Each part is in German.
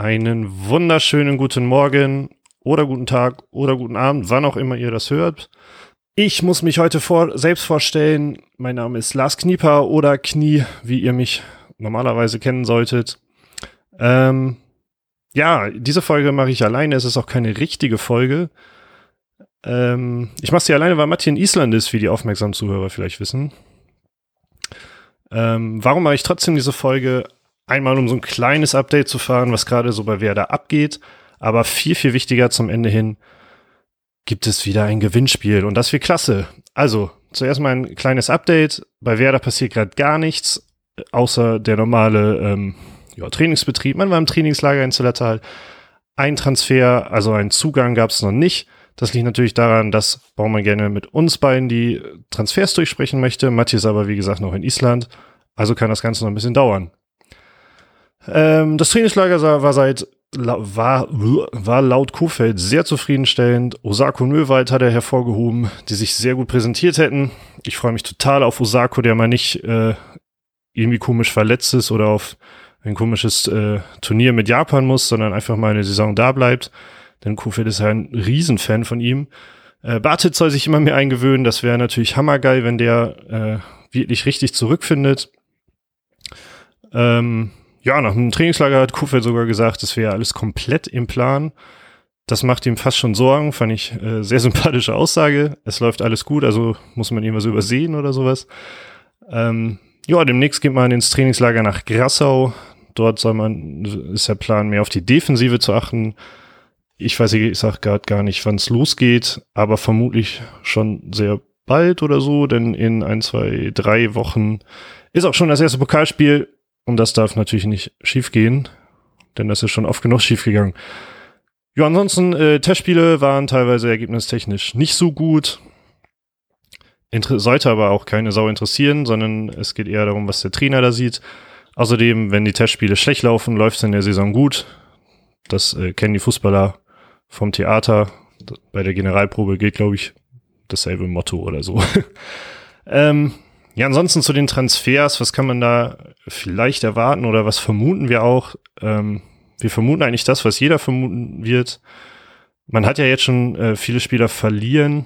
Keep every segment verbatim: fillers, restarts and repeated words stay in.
Einen wunderschönen guten Morgen oder guten Tag oder guten Abend, wann auch immer ihr das hört. Ich muss mich heute vor, selbst vorstellen. Mein Name ist Lars Knieper oder Knie, wie ihr mich normalerweise kennen solltet. Ähm, ja, diese Folge mache ich alleine. Es ist auch keine richtige Folge. Ähm, ich mache sie alleine, weil Matti in Island ist, wie die aufmerksamen Zuhörer vielleicht wissen. Ähm, warum mache ich trotzdem diese Folge? Einmal, um so ein kleines Update zu fahren, was gerade so bei Werder abgeht. Aber viel, viel wichtiger zum Ende hin gibt es wieder ein Gewinnspiel. Und das wird klasse. Also, zuerst mal ein kleines Update. Bei Werder passiert gerade gar nichts, außer der normale ähm, ja, Trainingsbetrieb. Man war im Trainingslager in Zillertal. Ein Transfer, also einen Zugang gab es noch nicht. Das liegt natürlich daran, dass Baumann gerne mit uns beiden die Transfers durchsprechen möchte. Matthias aber, wie gesagt, noch in Island. Also kann das Ganze noch ein bisschen dauern. Ähm, das Trainingslager war seit war, war laut Kofeld sehr zufriedenstellend. Osako und Möwald hat er hervorgehoben, die sich sehr gut präsentiert hätten. Ich freue mich total auf Osako, der mal nicht äh, irgendwie komisch verletzt ist oder auf ein komisches äh, Turnier mit Japan muss, sondern einfach mal eine Saison da bleibt. Denn Kofeld ist ja ein Riesenfan von ihm. Äh, Bartitz soll sich immer mehr eingewöhnen. Das wäre natürlich hammergeil, wenn der äh, wirklich richtig zurückfindet. Ähm, ja, nach einem Trainingslager hat Kofeld sogar gesagt, das wäre alles komplett im Plan. Das macht ihm fast schon Sorgen. Fand ich äh, sehr sympathische Aussage. Es läuft alles gut, also muss man irgendwas übersehen oder sowas. Ähm, ja, demnächst geht man ins Trainingslager nach Grassau. Dort soll man, ist der Plan, mehr auf die Defensive zu achten. Ich weiß, ich sag gerade gar nicht, wann es losgeht, aber vermutlich schon sehr bald oder so, denn in ein, zwei, drei Wochen ist auch schon das erste Pokalspiel und das darf natürlich nicht schief gehen, denn das ist schon oft genug schief gegangen. Ja, ansonsten, äh, Testspiele waren teilweise ergebnistechnisch nicht so gut. Inter- sollte aber auch keine Sau interessieren, sondern es geht eher darum, was der Trainer da sieht. Außerdem, wenn die Testspiele schlecht laufen, läuft es in der Saison gut. Das äh, kennen die Fußballer vom Theater. Bei der Generalprobe gilt, glaube ich, dasselbe Motto oder so. ähm, ja, ansonsten zu den Transfers, was kann man da vielleicht erwarten oder was vermuten wir auch? Ähm, wir vermuten eigentlich das, was jeder vermuten wird. Man hat ja jetzt schon äh, viele Spieler verlieren.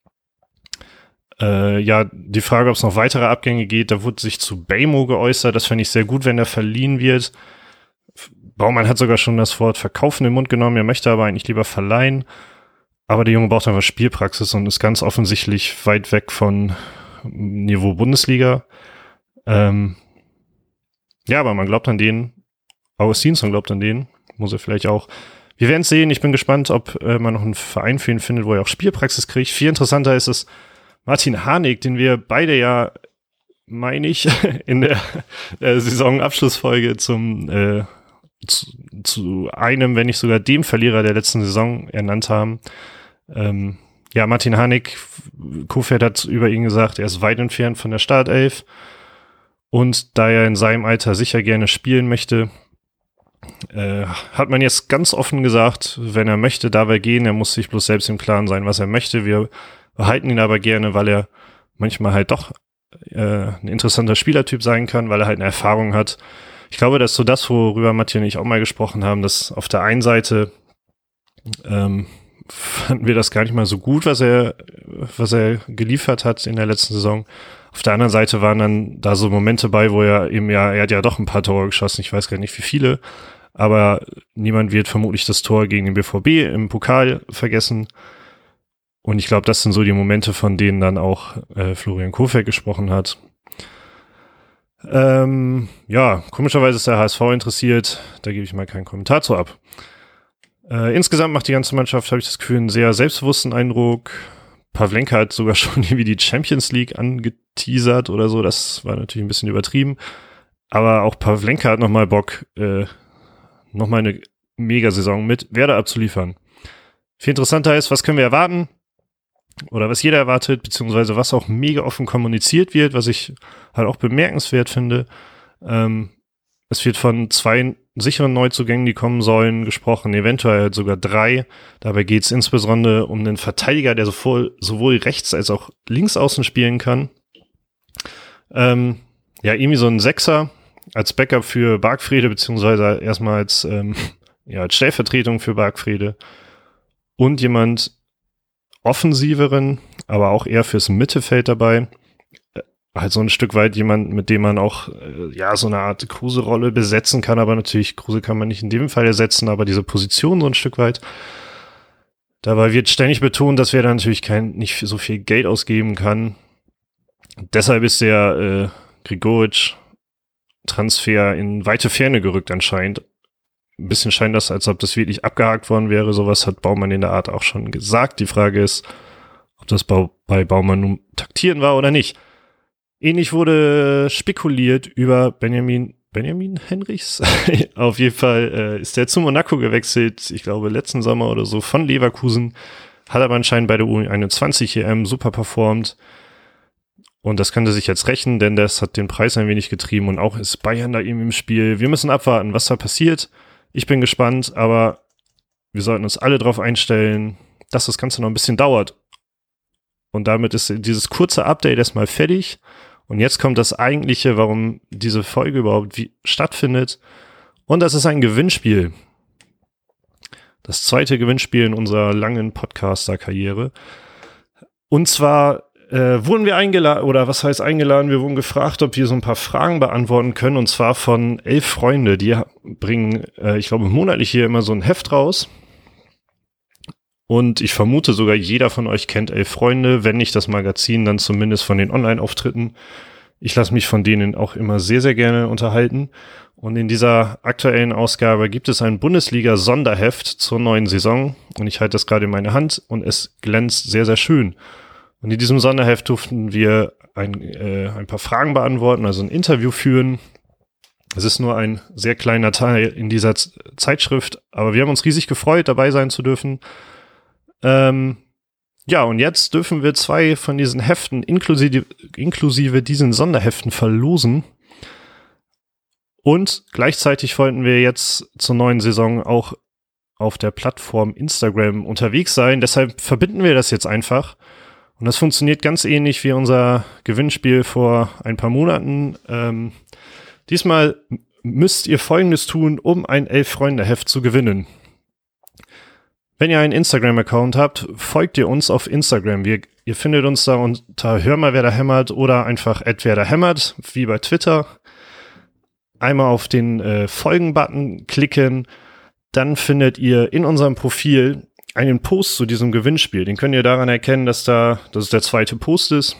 Äh, ja, die Frage, ob es noch weitere Abgänge geht, da wurde sich zu Bejmo geäußert. Das fände ich sehr gut, wenn er verliehen wird. Baumann hat sogar schon das Wort verkaufen in den Mund genommen, er möchte aber eigentlich lieber verleihen. Aber der Junge braucht einfach Spielpraxis und ist ganz offensichtlich weit weg von Niveau Bundesliga. Ähm ja, aber man glaubt an den. Augustinsson glaubt an den. Muss er vielleicht auch. Wir werden es sehen. Ich bin gespannt, ob äh, man noch einen Verein für ihn findet, wo er auch Spielpraxis kriegt. Viel interessanter ist es Martin Harnik, den wir beide ja, meine ich, in der, der Saisonabschlussfolge zum äh, Zu, zu einem, wenn nicht sogar dem Verlierer der letzten Saison ernannt haben. Ähm, ja, Martin Harnik, Kofeld hat über ihn gesagt, er ist weit entfernt von der Startelf und da er in seinem Alter sicher gerne spielen möchte, äh, hat man jetzt ganz offen gesagt, wenn er möchte, darf er gehen, er muss sich bloß selbst im Klaren sein, was er möchte. Wir behalten ihn aber gerne, weil er manchmal halt doch äh, ein interessanter Spielertyp sein kann, weil er halt eine Erfahrung hat. Ich glaube, das ist so das, worüber Matthias und ich auch mal gesprochen haben, dass auf der einen Seite ähm, fanden wir das gar nicht mal so gut, was er, was er geliefert hat in der letzten Saison. Auf der anderen Seite waren dann da so Momente bei, wo er eben ja, er hat ja doch ein paar Tore geschossen, ich weiß gar nicht wie viele, aber niemand wird vermutlich das Tor gegen den B V B im Pokal vergessen. Und ich glaube, das sind so die Momente, von denen dann auch äh, Florian Kofeld gesprochen hat. Ähm, ja, komischerweise ist der H S V interessiert, da gebe ich mal keinen Kommentar zu ab. Äh, insgesamt macht die ganze Mannschaft, habe ich das Gefühl, einen sehr selbstbewussten Eindruck. Pavlenka hat sogar schon irgendwie die Champions League angeteasert oder so, das war natürlich ein bisschen übertrieben. Aber auch Pavlenka hat nochmal Bock, äh, nochmal eine Megasaison mit Werder abzuliefern. Viel interessanter ist, was können wir erwarten? Oder was jeder erwartet, beziehungsweise was auch mega offen kommuniziert wird, was ich halt auch bemerkenswert finde. Ähm, es wird von zwei sicheren Neuzugängen, die kommen sollen, gesprochen, eventuell sogar drei. Dabei geht es insbesondere um einen Verteidiger, der sowohl, sowohl rechts als auch links außen spielen kann. Ähm, ja, irgendwie so ein Sechser als Backup für Bargfrede, beziehungsweise erstmal als ähm, ja, als Stellvertretung für Bargfrede und jemand offensiveren, aber auch eher fürs Mittelfeld dabei. Halt so ein Stück weit jemand, mit dem man auch äh, ja so eine Art Kruse-Rolle besetzen kann, aber natürlich Kruse kann man nicht in dem Fall ersetzen, aber diese Position so ein Stück weit. Dabei wird ständig betont, dass wer da natürlich kein, nicht so viel Geld ausgeben kann. Deshalb ist der äh, Gregoritsch-Transfer in weite Ferne gerückt anscheinend. Ein bisschen scheint das, als ob das wirklich abgehakt worden wäre. Sowas hat Baumann in der Art auch schon gesagt. Die Frage ist, ob das bei Baumann nun taktieren war oder nicht. Ähnlich wurde spekuliert über Benjamin Benjamin Henrichs. Auf jeden Fall äh, ist der zu Monaco gewechselt, ich glaube letzten Sommer oder so, von Leverkusen. Hat aber anscheinend bei der U einundzwanzig E M super performt. Und das könnte sich jetzt rächen, denn das hat den Preis ein wenig getrieben und auch ist Bayern da eben im Spiel. Wir müssen abwarten, was da passiert. Ich bin gespannt, aber wir sollten uns alle darauf einstellen, dass das Ganze noch ein bisschen dauert. Und damit ist dieses kurze Update erstmal fertig. Und jetzt kommt das Eigentliche, warum diese Folge überhaupt wie stattfindet. Und das ist ein Gewinnspiel. Das zweite Gewinnspiel in unserer langen Podcaster-Karriere. Und zwar äh, wurden wir eingeladen, oder was heißt eingeladen? Wir wurden gefragt, ob wir so ein paar Fragen beantworten können. Und zwar von elf Freunde. Die bringen, äh, ich glaube, monatlich hier immer so ein Heft raus. Und ich vermute sogar, jeder von euch kennt elf Freunde, wenn nicht das Magazin, dann zumindest von den Online-Auftritten. Ich lasse mich von denen auch immer sehr, sehr gerne unterhalten. Und in dieser aktuellen Ausgabe gibt es ein Bundesliga-Sonderheft zur neuen Saison. Und ich halte das gerade in meine Hand und es glänzt sehr, sehr schön. Und in diesem Sonderheft durften wir ein, äh, ein paar Fragen beantworten, also ein Interview führen. Es ist nur ein sehr kleiner Teil in dieser Z- Zeitschrift, aber wir haben uns riesig gefreut, dabei sein zu dürfen. Ähm, ja, und jetzt dürfen wir zwei von diesen Heften inklusive, inklusive diesen Sonderheften verlosen. Und gleichzeitig wollten wir jetzt zur neuen Saison auch auf der Plattform Instagram unterwegs sein. Deshalb verbinden wir das jetzt einfach. Und das funktioniert ganz ähnlich wie unser Gewinnspiel vor ein paar Monaten. Ähm, diesmal müsst ihr Folgendes tun, um ein Elf-Freunde-Heft zu gewinnen. Wenn ihr einen Instagram-Account habt, folgt ihr uns auf Instagram. Wir, ihr findet uns da unter Hör mal, wer da hämmert oder einfach at wer da hämmert, wie bei Twitter. Einmal auf den äh, Folgen-Button klicken, dann findet ihr in unserem Profil einen Post zu diesem Gewinnspiel. Den könnt ihr daran erkennen, dass da, dass es der zweite Post ist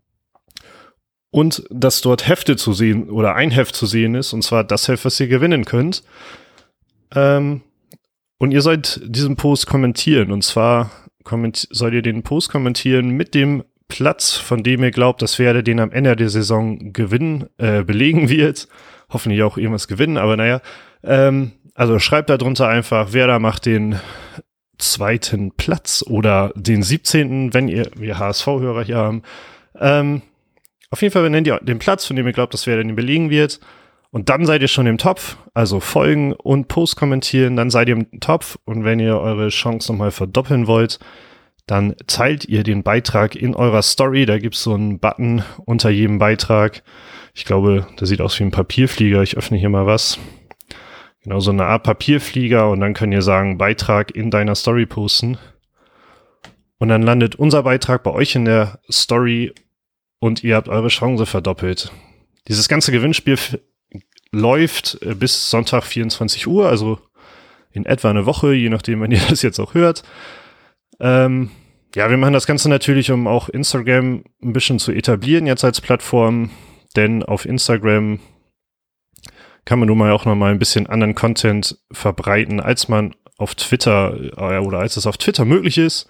und dass dort Hefte zu sehen oder ein Heft zu sehen ist, und zwar das Heft, was ihr gewinnen könnt. Ähm, Und ihr sollt diesen Post kommentieren. Und zwar komment- sollt ihr den Post kommentieren mit dem Platz, von dem ihr glaubt, dass Werder den am Ende der Saison gewinnen, äh, belegen wird. Hoffentlich auch irgendwas gewinnen, aber naja. Ähm, also schreibt da drunter einfach, Werder macht den zweiten Platz oder den siebzehnten, wenn ihr, wir H S V-Hörer hier haben. Ähm, auf jeden Fall nennt ihr den Platz, von dem ihr glaubt, dass Werder den belegen wird. Und dann seid ihr schon im Topf, also folgen und Post kommentieren, dann seid ihr im Topf. Und wenn ihr eure Chance nochmal verdoppeln wollt, dann teilt ihr den Beitrag in eurer Story. Da gibt's so einen Button unter jedem Beitrag. Ich glaube, der sieht aus wie ein Papierflieger. Ich öffne hier mal was. Genau, so eine Art Papierflieger. Und dann könnt ihr sagen, Beitrag in deiner Story posten. Und dann landet unser Beitrag bei euch in der Story und ihr habt eure Chance verdoppelt. Dieses ganze Gewinnspiel f- läuft bis Sonntag vierundzwanzig Uhr, also in etwa eine Woche, je nachdem, wann ihr das jetzt auch hört. Ähm, ja, wir machen das Ganze natürlich, um auch Instagram ein bisschen zu etablieren jetzt als Plattform, denn auf Instagram kann man nun mal auch noch mal ein bisschen anderen Content verbreiten, als man auf Twitter äh, oder als es auf Twitter möglich ist.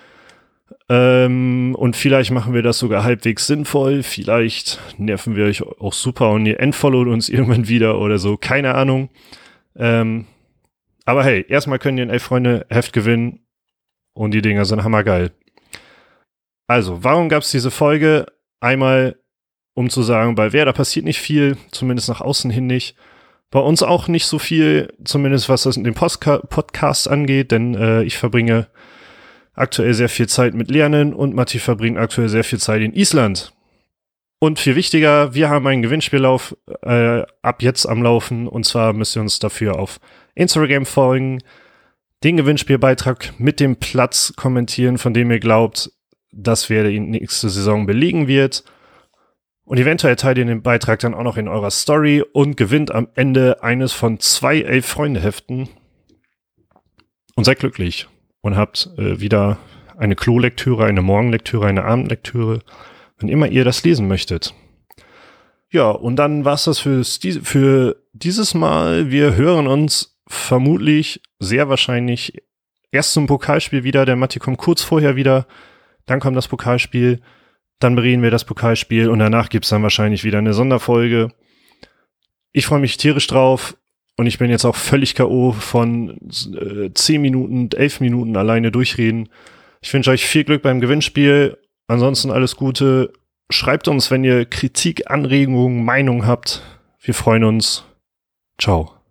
Ähm, und vielleicht machen wir das sogar halbwegs sinnvoll, vielleicht nerven wir euch auch super und ihr entfollowt uns irgendwann wieder oder so, keine Ahnung. Ähm, aber hey, erstmal könnt ihr ein Elf-Freunde-Heft gewinnen und die Dinger sind hammergeil. Also, warum gab es diese Folge? Einmal, um zu sagen, bei Werder passiert nicht viel, zumindest nach außen hin nicht. Bei uns auch nicht so viel, zumindest was das in dem Postka- Podcast angeht, denn äh, ich verbringe aktuell sehr viel Zeit mit Lernen und Matti verbringt aktuell sehr viel Zeit in Island. Und viel wichtiger, wir haben einen Gewinnspiellauf äh, ab jetzt am Laufen. Und zwar müsst ihr uns dafür auf Instagram folgen, den Gewinnspielbeitrag mit dem Platz kommentieren, von dem ihr glaubt, dass wer die nächste Saison belegen wird. Und eventuell teilt ihr den Beitrag dann auch noch in eurer Story und gewinnt am Ende eines von zwei Elf-Freunde-Heften. Und seid glücklich und habt äh, wieder eine Klolektüre, eine Morgenlektüre, eine Abendlektüre, wenn immer ihr das lesen möchtet. Ja, und dann war's das fürs, für dieses Mal. Wir hören uns vermutlich, sehr wahrscheinlich, erst zum Pokalspiel wieder. Der Matti kommt kurz vorher wieder. Dann kommt das Pokalspiel. Dann bereden wir das Pokalspiel. Und danach gibt's dann wahrscheinlich wieder eine Sonderfolge. Ich freue mich tierisch drauf. Und ich bin jetzt auch völlig K O von äh, zehn Minuten, elf Minuten alleine durchreden. Ich wünsche euch viel Glück beim Gewinnspiel. Ansonsten alles Gute. Schreibt uns, wenn ihr Kritik, Anregungen, Meinung habt. Wir freuen uns. Ciao.